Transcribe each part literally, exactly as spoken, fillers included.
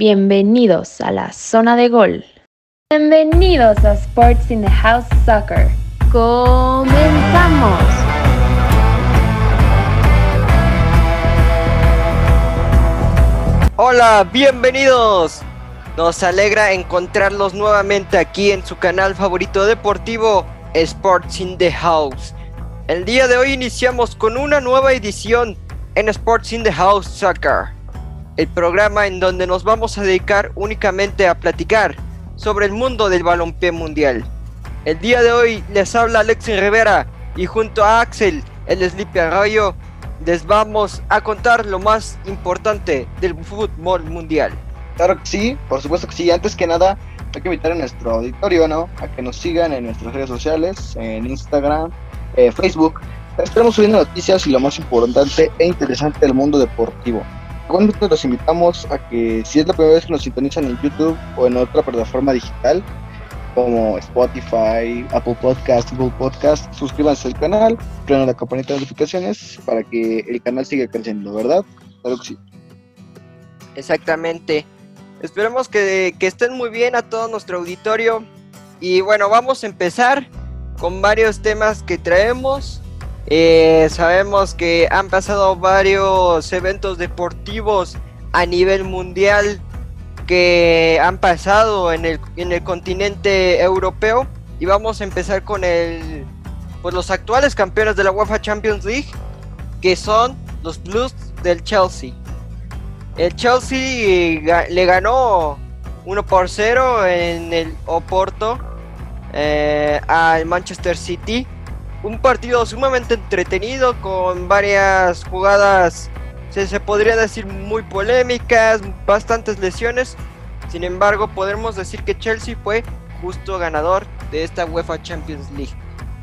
Bienvenidos a la zona de gol. Bienvenidos a Sports in the House Soccer. ¡Comenzamos! Hola, bienvenidos. Nos alegra encontrarlos nuevamente aquí en su canal favorito deportivo, Sports in the House. El día de hoy iniciamos con una nueva edición en Sports in the House Soccer, el programa en donde nos vamos a dedicar únicamente a platicar sobre el mundo del balompié mundial. El día de hoy les habla Alexis Rivera y junto a Axel, el Sleepy Arroyo, les vamos a contar lo más importante del fútbol mundial. Claro que sí, por supuesto que sí. Antes que nada, hay que invitar a nuestro auditorio, ¿no? A que nos sigan en nuestras redes sociales, en Instagram, eh, Facebook. Estaremos subiendo noticias y lo más importante e interesante del mundo deportivo. Igualmente los invitamos a que, si es la primera vez que nos sintonizan en YouTube o en otra plataforma digital como Spotify, Apple Podcast, Google Podcast, suscríbanse al canal, prendan la campanita de notificaciones para que el canal siga creciendo, ¿verdad? Claro que sí. Exactamente. Esperemos que, que estén muy bien a todo nuestro auditorio. Y bueno, vamos a empezar con varios temas que traemos. Eh, sabemos que han pasado varios eventos deportivos a nivel mundial que han pasado en el, en el continente europeo. Y vamos a empezar con el, pues los actuales campeones de la UEFA Champions League, que son los Blues del Chelsea. El Chelsea le ganó uno por cero en el Oporto eh, al Manchester City. Un partido sumamente entretenido con varias jugadas, se, se podría decir muy polémicas, bastantes lesiones. Sin embargo, podemos decir que Chelsea fue justo ganador de esta UEFA Champions League.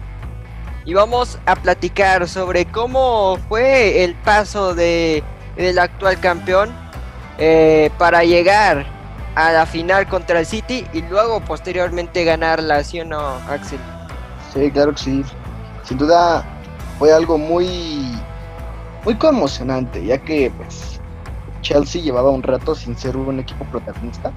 Y vamos a platicar sobre cómo fue el paso de del actual campeón eh, para llegar a la final contra el City y luego posteriormente ganarla, ¿sí o no, Axel? Sí, claro que sí. Sin duda fue algo muy muy conmocionante, ya que pues Chelsea llevaba un rato sin ser un equipo protagonista,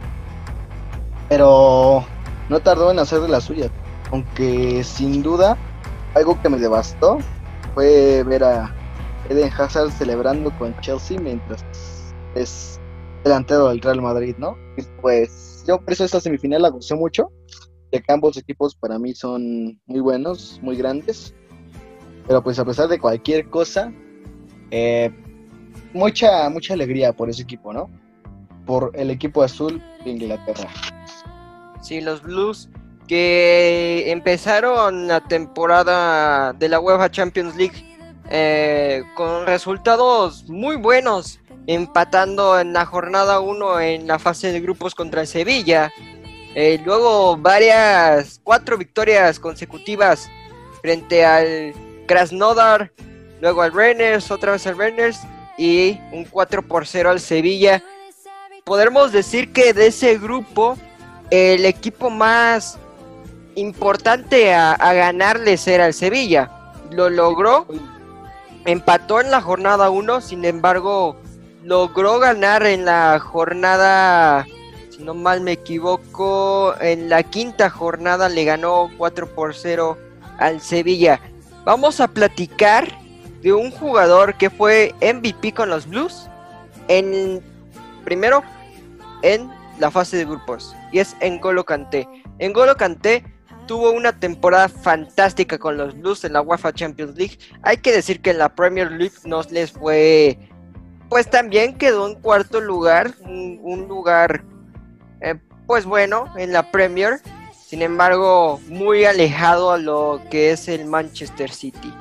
pero no tardó en hacer de la suya, aunque sin duda algo que me devastó fue ver a Eden Hazard celebrando con Chelsea mientras es delantero del Real Madrid, ¿no? Y pues yo por eso esta semifinal la gocé mucho, ya que ambos equipos para mí son muy buenos, muy grandes, pero pues a pesar de cualquier cosa, eh, mucha mucha alegría por ese equipo, ¿no? Por el equipo azul de Inglaterra. Sí, los Blues que empezaron la temporada de la UEFA Champions League eh, con resultados muy buenos, empatando en la jornada uno en la fase de grupos contra el Sevilla, eh, luego varias, cuatro victorias consecutivas frente al Krasnodar, luego al Rennes, otra vez al Rennes y un cuatro por cero al Sevilla. Podemos decir que de ese grupo el equipo más importante a, a ganarles era el Sevilla. Lo logró, empató en la jornada uno, sin embargo logró ganar en la jornada, si no mal me equivoco, en la quinta jornada le ganó cuatro por cero al Sevilla. Vamos a platicar de un jugador que fue M V P con los Blues en primero en la fase de grupos, y es N'Golo Kanté. N'Golo Kanté tuvo una temporada fantástica con los Blues en la UEFA Champions League. Hay que decir que en la Premier League no les fue, pues también quedó en cuarto lugar, un, un lugar eh, pues bueno en la Premier, sin embargo muy alejado a lo que es el Manchester City.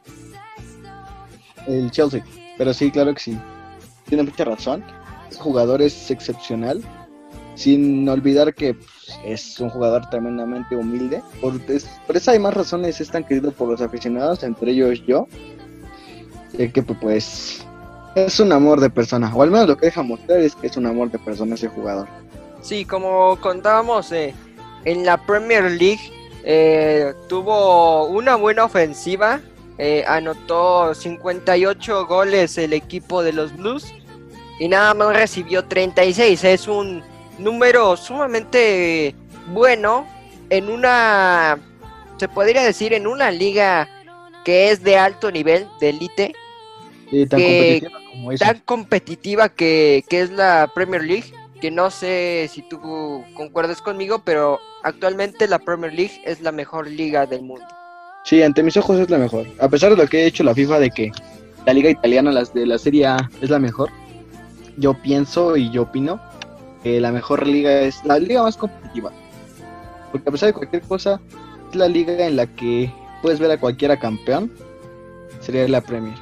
El Chelsea, pero sí, claro que sí, tiene mucha razón. Ese jugador es excepcional, sin olvidar que pues, es un jugador tremendamente humilde. Por, es, por eso hay más razones, es tan querido por los aficionados, entre ellos yo, ya que pues es un amor de persona, o al menos lo que deja mostrar es que es un amor de persona ese jugador. Sí, como contábamos eh, en la Premier League eh, tuvo una buena ofensiva, eh, anotó cincuenta y ocho goles el equipo de los Blues y nada más recibió treinta y seis. Es un número sumamente bueno en una, se podría decir, en una liga que es de alto nivel, de élite, Y tan que- competitiva como esa. tan competitiva que, que es la Premier League, que no sé si tú concuerdas conmigo, pero actualmente la Premier League es la mejor liga del mundo. Sí, ante mis ojos es la mejor. A pesar de lo que ha hecho la FIFA de que la liga italiana, las de la Serie A, es la mejor, yo pienso y yo opino que la mejor liga es la liga más competitiva. Porque a pesar de cualquier cosa, es la liga en la que puedes ver a cualquiera campeón. Sería la Premier.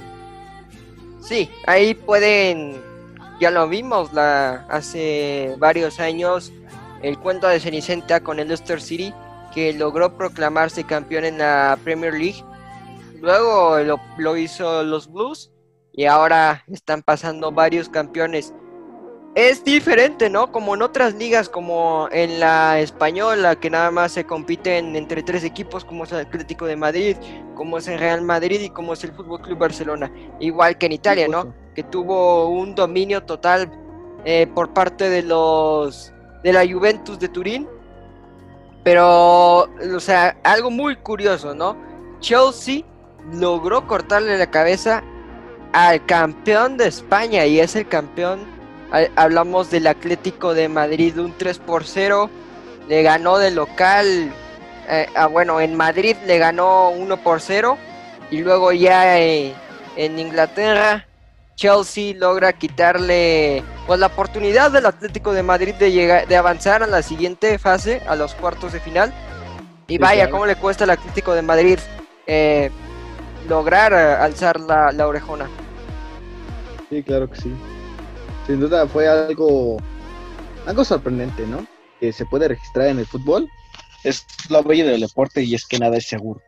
Sí, ahí pueden, ya lo vimos la, hace varios años, el cuento de Cenicienta con el Leicester City, que logró proclamarse campeón en la Premier League. Luego lo, lo hizo los Blues y ahora están pasando varios campeones. Es diferente, ¿no? Como en otras ligas, como en la española, que nada más se compiten entre tres equipos, como es el Atlético de Madrid, como es el Real Madrid y como es el Fútbol Club Barcelona. Igual que en Italia, ¿no? Que tuvo un dominio total eh, por parte de los de la Juventus de Turín. Pero, o sea, algo muy curioso, ¿no? Chelsea logró cortarle la cabeza al campeón de España y es el campeón. Hablamos del Atlético de Madrid, un tres por cero, le ganó de local, eh, ah, bueno, en Madrid le ganó uno por cero, y luego ya eh, en Inglaterra, Chelsea logra quitarle pues la oportunidad del Atlético de Madrid de llegar, de avanzar a la siguiente fase, a los cuartos de final, y Sí, vaya, claro. cómo le cuesta al Atlético de Madrid eh, lograr eh, alzar la, la orejona. Sí, claro que sí. Sin duda fue algo, algo sorprendente, ¿no? Que se puede registrar en el fútbol. Es lo bello del deporte y es que nada es seguro.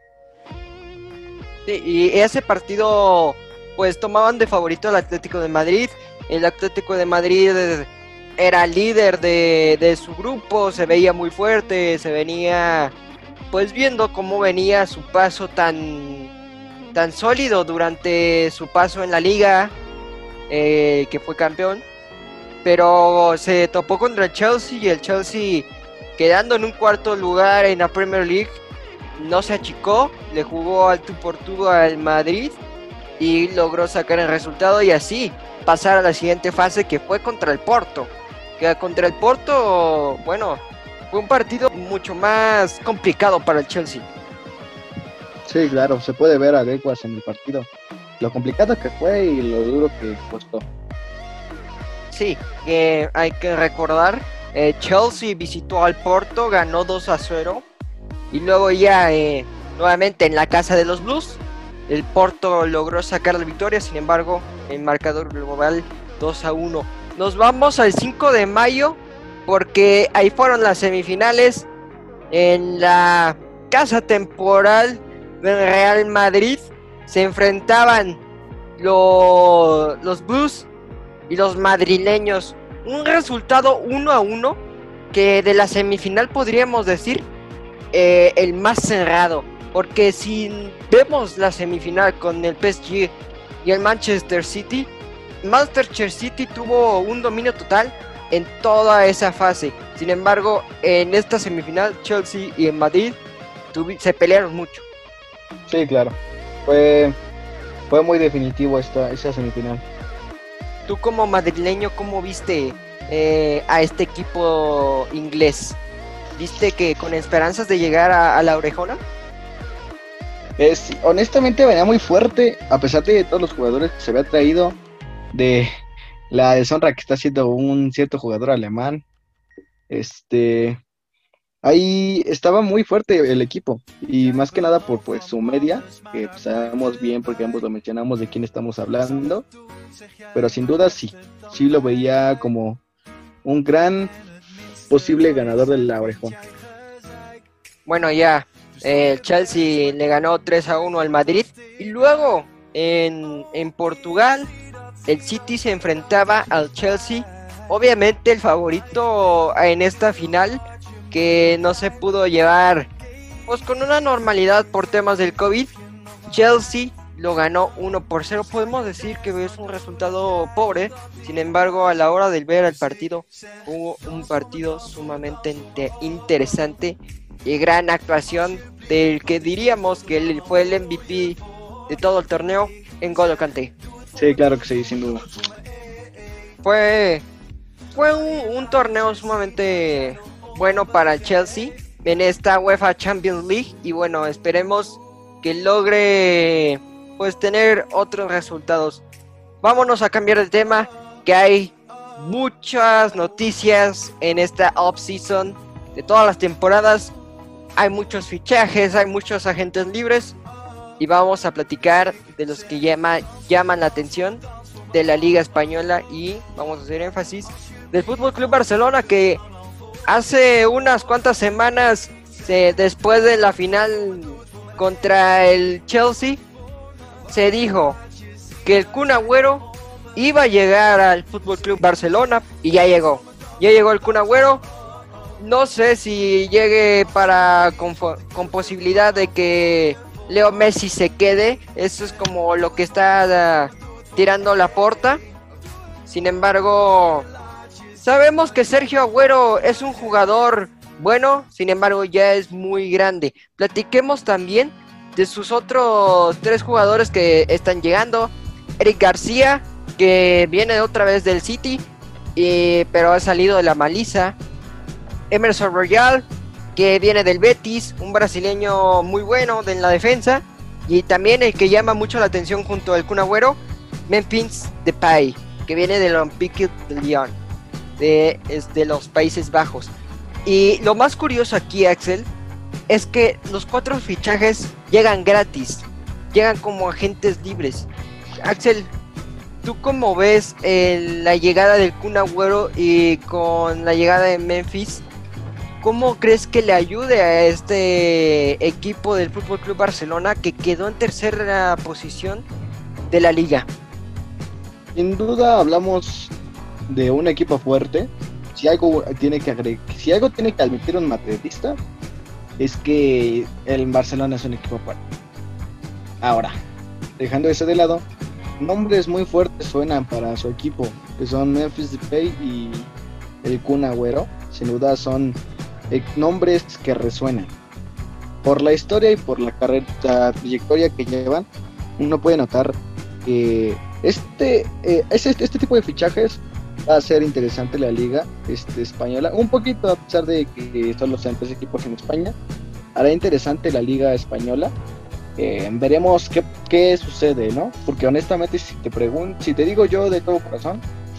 Sí, y ese partido, pues tomaban de favorito al Atlético de Madrid. El Atlético de Madrid era líder de, de su grupo, se veía muy fuerte, se venía, pues viendo cómo venía su paso tan, tan sólido durante su paso en la liga, eh, que fue campeón. Pero se topó contra el Chelsea y el Chelsea, quedando en un cuarto lugar en la Premier League, no se achicó, le jugó al tú por tú al Madrid y logró sacar el resultado y así pasar a la siguiente fase, que fue contra el Porto. Que contra el Porto, bueno, fue un partido mucho más complicado para el Chelsea. Sí, claro, se puede ver a leguas en el partido. Lo complicado que fue y lo duro que costó. Sí, que hay que recordar, eh, Chelsea visitó al Porto, ganó dos a cero y luego ya eh, nuevamente en la casa de los Blues, el Porto logró sacar la victoria, sin embargo, el marcador global dos a uno. Nos vamos al cinco de mayo porque ahí fueron las semifinales en la casa temporal del Real Madrid. Se enfrentaban lo, los Blues y los madrileños. Un resultado uno a uno que de la semifinal podríamos decir eh, el más cerrado, porque si vemos la semifinal con el P S G y el Manchester City, Manchester City tuvo un dominio total en toda esa fase. Sin embargo, en esta semifinal Chelsea y el Madrid tuvi- se pelearon mucho. Sí, claro. Fue, fue muy definitivo esta, esa semifinal. Tú como madrileño, ¿cómo viste eh, a este equipo inglés? ¿Viste que con esperanzas de llegar a, a la orejona? Es, honestamente venía muy fuerte, a pesar de todos los jugadores que se había traído, de la deshonra que está haciendo un cierto jugador alemán. Este, ahí estaba muy fuerte el equipo, y más que nada por pues su media, que pues, sabemos bien porque ambos lo mencionamos de quién estamos hablando, pero sin duda sí, sí lo veía como un gran posible ganador de la orejona. Bueno, ya, eh, el Chelsea le ganó tres a uno al Madrid. Y luego, en, en Portugal, el City se enfrentaba al Chelsea. Obviamente el favorito en esta final, que no se pudo llevar pues con una normalidad por temas del COVID. Chelsea lo ganó uno por cero. Podemos decir que es un resultado pobre, sin embargo a la hora de ver el partido hubo un partido sumamente inte- interesante y gran actuación del que diríamos que él fue el M V P de todo el torneo, N'Golo Kanté. Sí, claro que sí, sin duda. Fue, fue un, un torneo sumamente bueno para el Chelsea en esta UEFA Champions League y bueno, esperemos que logre pues tener otros resultados. Vámonos a cambiar de tema, que hay muchas noticias en esta off-season de todas las temporadas. Hay muchos fichajes, hay muchos agentes libres y vamos a platicar de los que llama, llaman la atención de la Liga Española y vamos a hacer énfasis del Fútbol Club Barcelona, que hace unas cuantas semanas se, después de la final contra el Chelsea se dijo que el Kun Agüero iba a llegar al Fútbol Club Barcelona y ya llegó. Ya llegó el Kun Agüero. No sé si llegue para con, con posibilidad de que Leo Messi se quede. Eso es como lo que está uh, tirando Laporta. Sin embargo, sabemos que Sergio Agüero es un jugador bueno, sin embargo ya es muy grande. Platiquemos también de sus otros tres jugadores que están llegando. Eric García, que viene otra vez del City, y, pero ha salido de la Maliza. Emerson Royal, que viene del Betis, un brasileño muy bueno de la defensa. Y también el que llama mucho la atención junto al Kun Agüero, Memphis Depay, que viene del Olympique de Lyon, de, es de los Países Bajos. Y lo más curioso aquí, Axel, es que los cuatro fichajes llegan gratis, llegan como agentes libres. Axel, ¿tú cómo ves eh, la llegada del Kun Agüero y con la llegada de Memphis? ¿Cómo crees que le ayude a este equipo del F C Barcelona que quedó en tercera posición de la liga? Sin duda hablamos de un equipo fuerte. Si algo tiene que agregar, si algo tiene que admitir un madridista, es que el Barcelona es un equipo fuerte. Ahora, dejando eso de lado, nombres muy fuertes suenan para su equipo, que son Memphis Depay y el Kun Agüero. Sin duda son eh, nombres que resuenan. Por la historia y por la carrera, la trayectoria que llevan, uno puede notar que este, eh, este, este tipo de fichajes va a ser interesante la liga este, española, un poquito a pesar de que solo sean tres equipos en España. Hará interesante la liga española. Eh, veremos qué, qué sucede, ¿no? Porque honestamente, si te pregunto, si te digo yo de todo corazón,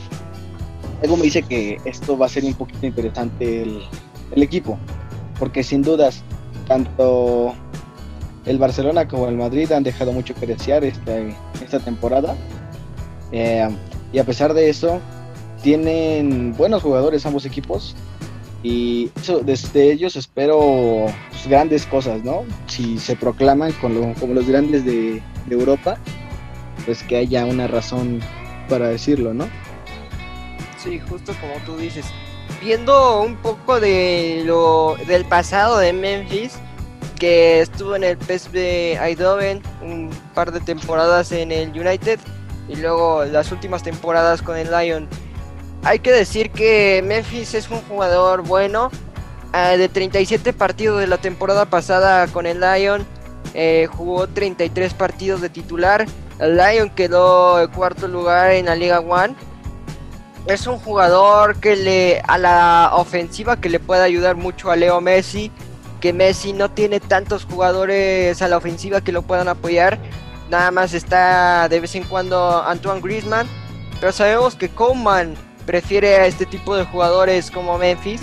algo me dice que esto va a ser un poquito interesante el, el equipo, porque sin dudas tanto el Barcelona como el Madrid han dejado mucho que desear esta, esta temporada, eh, y a pesar de eso tienen buenos jugadores ambos equipos, y eso, desde ellos espero pues, grandes cosas, ¿no? Si se proclaman con lo, como los grandes de, de Europa, pues que haya una razón para decirlo, ¿no? Sí, justo como tú dices. Viendo un poco de lo del pasado de Memphis, que estuvo en el P S V Eindhoven un par de temporadas en el United y luego las últimas temporadas con el Lyon. Hay que decir que Memphis es un jugador bueno. Uh, de treinta y siete partidos de la temporada pasada con el Lyon, eh, jugó treinta y tres partidos de titular. El Lyon quedó en cuarto lugar en la Liga One. Es un jugador que le a la ofensiva que le puede ayudar mucho a Leo Messi, que Messi no tiene tantos jugadores a la ofensiva que lo puedan apoyar. Nada más está de vez en cuando Antoine Griezmann, pero sabemos que Koeman prefiere a este tipo de jugadores como Memphis.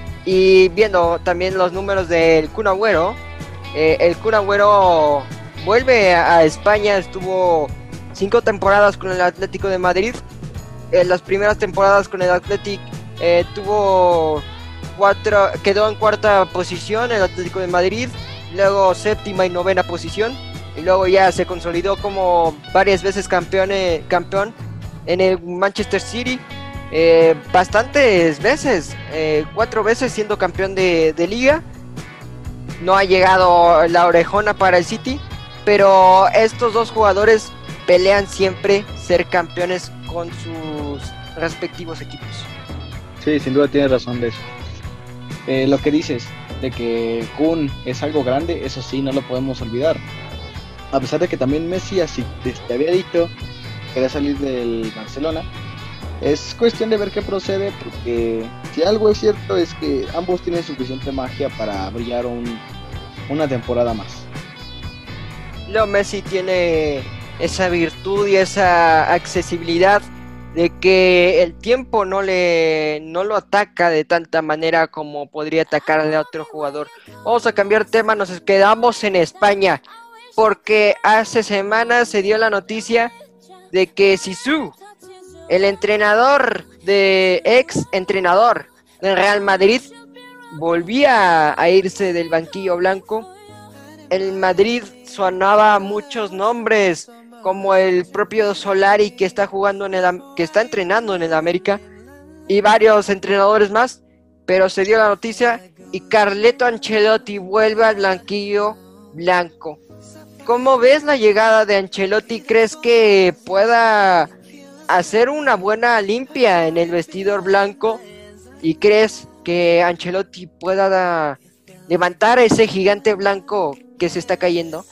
Y viendo también los números del Kun Agüero, eh, el Kun Agüero vuelve a, a España, estuvo cinco temporadas con el Atlético de Madrid. En las primeras temporadas con el Athletic eh, tuvo cuatro, quedó en cuarta posición el Atlético de Madrid, luego séptima y novena posición, y luego ya se consolidó como varias veces campeón, eh, campeón en el Manchester City. Eh, bastantes veces, eh, cuatro veces siendo campeón de, de liga. No ha llegado la orejona para el City, pero estos dos jugadores pelean siempre ser campeones con sus respectivos equipos. Sí, sin duda tienes razón de eso. Eh, lo que dices de que Kun es algo grande, eso sí, no lo podemos olvidar. A pesar de que también Messi, así te había dicho, quería salir del Barcelona, es cuestión de ver qué procede, porque si algo es cierto es que ambos tienen suficiente magia para brillar un, una temporada más. Leo Messi tiene esa virtud y esa accesibilidad de que el tiempo no le no lo ataca de tanta manera como podría atacarle a otro jugador. Vamos a cambiar tema, nos quedamos en España, porque hace semanas se dio la noticia de que Zizou, el entrenador de ex entrenador del Real Madrid, volvía a irse del banquillo blanco. El Madrid sonaba muchos nombres, como el propio Solari, que está jugando en el que está entrenando en el América, y varios entrenadores más, pero se dio la noticia y Carleto Ancelotti vuelve al banquillo blanco. ¿Cómo ves la llegada de Ancelotti? ¿Crees que pueda hacer una buena limpia en el vestidor blanco? ¿Y crees que Ancelotti pueda da, levantar ese gigante blanco que se está cayendo?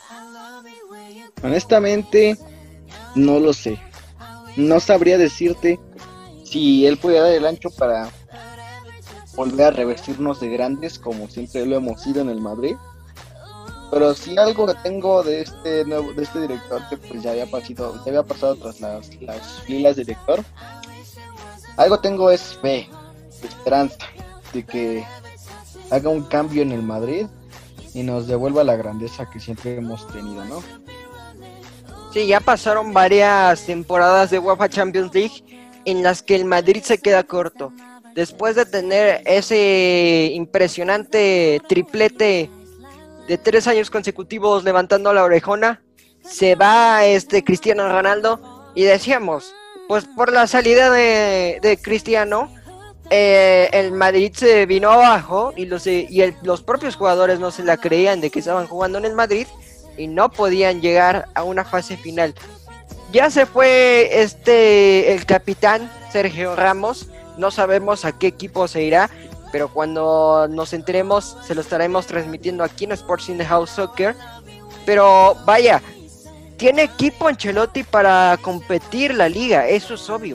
Honestamente, no lo sé. No sabría decirte si él puede dar el ancho para volver a revestirnos de grandes como siempre lo hemos sido en el Madrid. Pero si algo que tengo de este nuevo, de este director que pues ya había pasado, ya había pasado tras las, las filas de director, algo tengo es fe, esperanza de que haga un cambio en el Madrid y nos devuelva la grandeza que siempre hemos tenido, ¿no? Sí, ya pasaron varias temporadas de UEFA Champions League en las que el Madrid se queda corto. Después de tener ese impresionante triplete de tres años consecutivos levantando la orejona, se va este Cristiano Ronaldo y decíamos, pues por la salida de, de Cristiano, eh, el Madrid se vino abajo y, los, y el, los propios jugadores no se la creían de que estaban jugando en el Madrid y no podían llegar a una fase final. Ya se fue este el capitán Sergio Ramos, no sabemos a qué equipo se irá, pero cuando nos enteremos se lo estaremos transmitiendo aquí en Sports in the House Soccer. Pero vaya, tiene equipo Ancelotti para competir la liga, eso es obvio.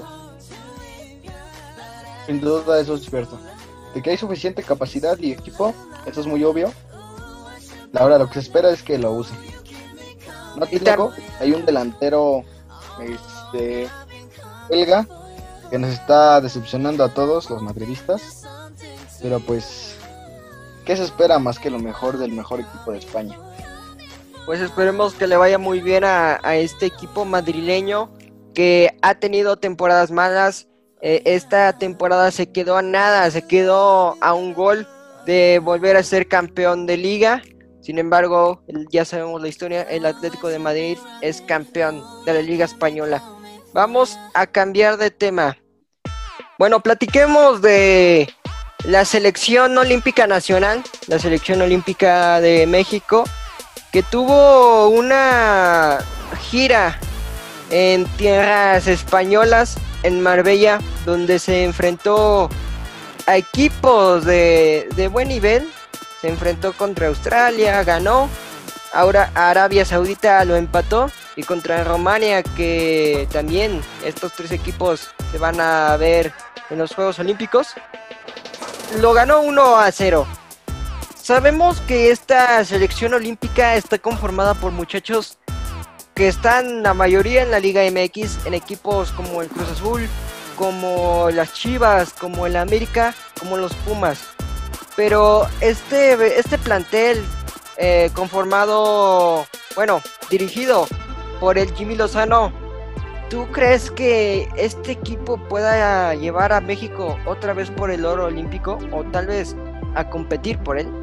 Sin duda eso es cierto. De que hay suficiente capacidad y equipo, eso es muy obvio. Ahora lo que se espera es que lo use. No te digo, hay un delantero este belga que nos está decepcionando a todos los madridistas, pero pues ¿qué se espera más que lo mejor del mejor equipo de España? Pues esperemos que le vaya muy bien a, a este equipo madrileño que ha tenido temporadas malas. Eh, esta temporada se quedó a nada, se quedó a un gol de volver a ser campeón de liga. Sin embargo, ya sabemos la historia, el Atlético de Madrid es campeón de la Liga Española. Vamos a cambiar de tema. Bueno, platiquemos de la selección olímpica nacional, la selección olímpica de México, que tuvo una gira en tierras españolas, en Marbella, donde se enfrentó a equipos de, de buen nivel. Se enfrentó contra Australia, ganó. Ahora Arabia Saudita lo empató. Y contra Rumania, que también estos tres equipos se van a ver en los Juegos Olímpicos, lo ganó uno a cero. Sabemos que esta selección olímpica está conformada por muchachos que están la mayoría en la Liga M X, en equipos como el Cruz Azul, como las Chivas, como el América, como los Pumas. Pero este, este plantel eh, conformado, bueno, dirigido por el Jimmy Lozano, ¿tú crees que este equipo pueda llevar a México otra vez por el oro olímpico o tal vez a competir por él?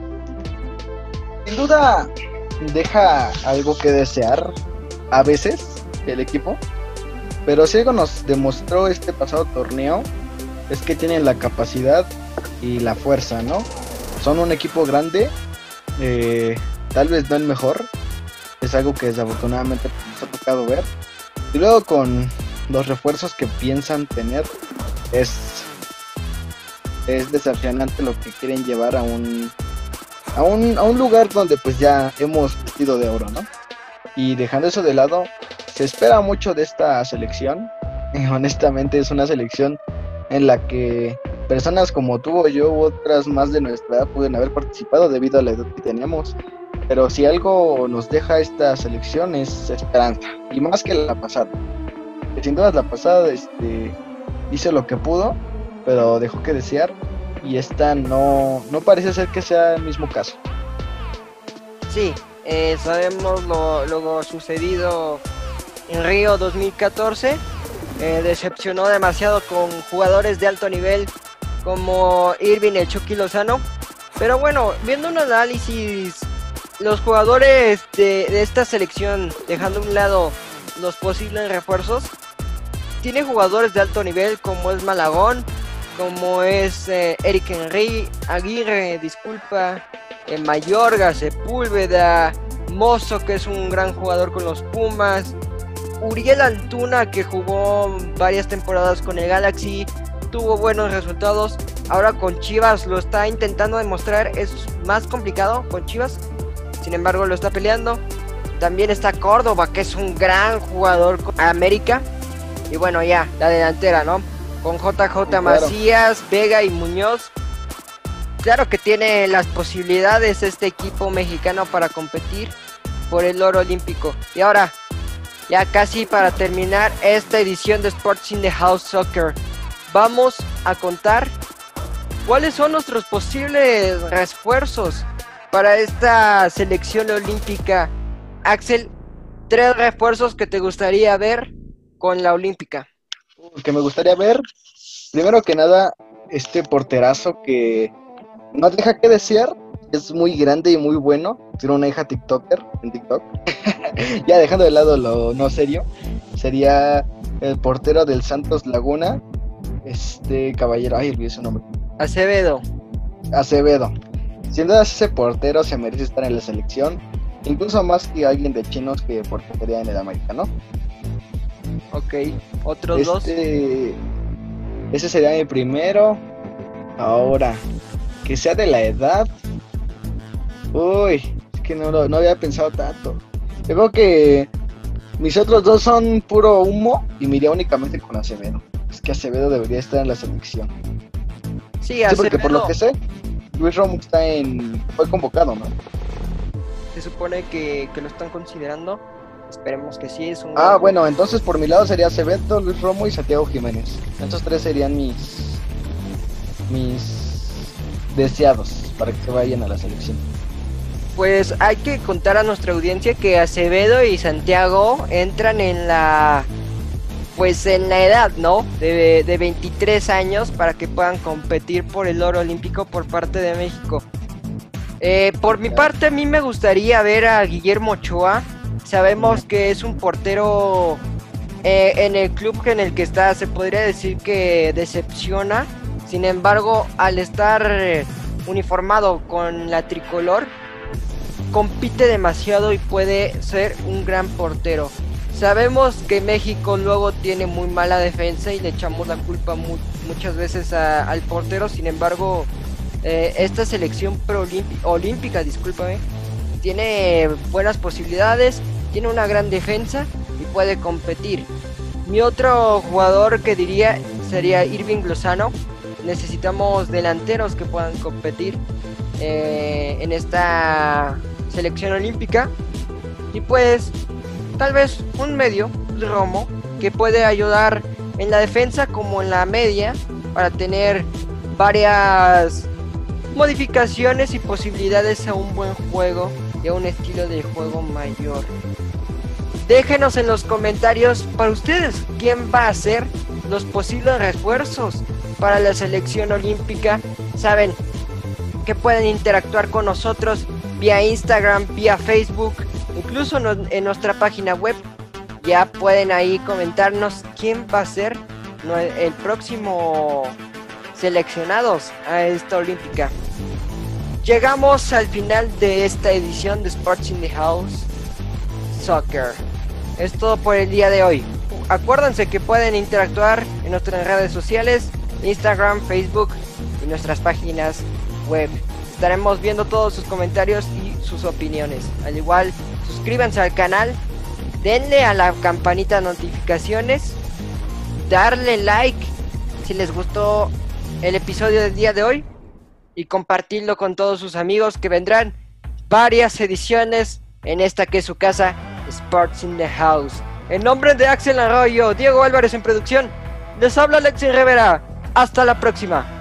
Sin duda deja algo que desear a veces el equipo, pero si algo nos demostró este pasado torneo es que tienen la capacidad y la fuerza, ¿no? Son un equipo grande, eh, tal vez no el mejor, es algo que desafortunadamente nos ha tocado ver. Y luego con los refuerzos que piensan tener, es, es decepcionante lo que quieren llevar a un, a un, a un lugar donde pues ya hemos vestido de oro, ¿no? Y dejando eso de lado, se espera mucho de esta selección. Y honestamente es una selección en la que personas como tú o yo u otras más de nuestra edad pueden haber participado debido a la edad que teníamos. Pero si algo nos deja esta selección es esperanza, y más que la pasada. Que sin duda la pasada este, hizo lo que pudo, pero dejó que desear, y esta no, no parece ser que sea el mismo caso. Sí, eh, sabemos lo, lo sucedido en Río dos mil catorce, eh, decepcionó demasiado con jugadores de alto nivel como Irving el Chucky Lozano, pero bueno, viendo un análisis, los jugadores de, de esta selección, dejando a un lado los posibles refuerzos, tiene jugadores de alto nivel como es Malagón, como es eh, Eric Henry, Aguirre, disculpa, eh, Mayorga, Sepúlveda, Mozo, que es un gran jugador con los Pumas, Uriel Antuna, que jugó varias temporadas con el Galaxy, tuvo buenos resultados, ahora con Chivas lo está intentando demostrar, es más complicado con Chivas, sin embargo lo está peleando. También está Córdoba, que es un gran jugador con América. Y bueno, ya, la delantera, ¿no? Con J J Claro. Macías, Vega y Muñoz. Claro que tiene las posibilidades este equipo mexicano para competir por el oro olímpico. Y ahora, ya casi para terminar esta edición de Sports in the House Soccer, vamos a contar cuáles son nuestros posibles refuerzos para esta selección olímpica. Axel, tres refuerzos que te gustaría ver con la olímpica. Que me gustaría ver, primero que nada, este porterazo que no deja que desear, es muy grande y muy bueno, tiene una hija tiktoker en TikTok. Ya dejando de lado lo no serio, sería el portero del Santos Laguna, este caballero, ay, olvidé su nombre, Acevedo. Acevedo. Sin duda ese portero se merece estar en la selección, incluso más que alguien de chinos que portería en el América, ¿no? Ok, otros dos. Este, ese sería mi primero. Ahora, que sea de la edad. Uy, es que no, lo- no había pensado tanto. Yo creo que mis otros dos son puro humo y me iría únicamente con Acevedo. Es que Acevedo debería estar en la selección. Sí, Sí, Acevedo. porque por lo que sé, Luis Romo está en, fue convocado, ¿no? Se supone que, que lo están considerando. Esperemos que sí. Es un Ah, bueno, entonces por mi lado sería Acevedo, Luis Romo y Santiago Jiménez. Estos tres serían mis mis deseados para que se vayan a la selección. Pues hay que contar a nuestra audiencia que Acevedo y Santiago entran en la pues en la edad, ¿no? De, de veintitrés años para que puedan competir por el oro olímpico por parte de México. Eh, por mi parte, a mí me gustaría ver a Guillermo Ochoa. Sabemos que es un portero eh, en el club en el que está, se podría decir que decepciona. Sin embargo, al estar eh, uniformado con la tricolor, compite demasiado y puede ser un gran portero. Sabemos que México luego tiene muy mala defensa y le echamos la culpa mu muchas veces a, al portero. Sin embargo, eh, esta selección olímpica, discúlpame, tiene buenas posibilidades, tiene una gran defensa y puede competir. Mi otro jugador que diría sería Irving Lozano. Necesitamos delanteros que puedan competir eh, en esta selección olímpica. Y pues tal vez un medio, Romo, que puede ayudar en la defensa como en la media para tener varias modificaciones y posibilidades a un buen juego y a un estilo de juego mayor. Déjenos en los comentarios para ustedes quién va a ser los posibles refuerzos para la selección olímpica. Saben que pueden interactuar con nosotros vía Instagram, vía Facebook, incluso no, en nuestra página web. Ya pueden ahí comentarnos quién va a ser no, el próximo seleccionados a esta olímpica. Llegamos al final de esta edición de Sports in the House. Soccer. Es todo por el día de hoy. Acuérdense que pueden interactuar en nuestras redes sociales, Instagram, Facebook y nuestras páginas web. Estaremos viendo todos sus comentarios y sus opiniones. Al igual, suscríbanse al canal, denle a la campanita de notificaciones, darle like si les gustó el episodio del día de hoy y compartirlo con todos sus amigos, que vendrán varias ediciones en esta que es su casa, Sports in the House. En nombre de Axel Arroyo, Diego Álvarez en producción, les habla Alexis Rivera. Hasta la próxima.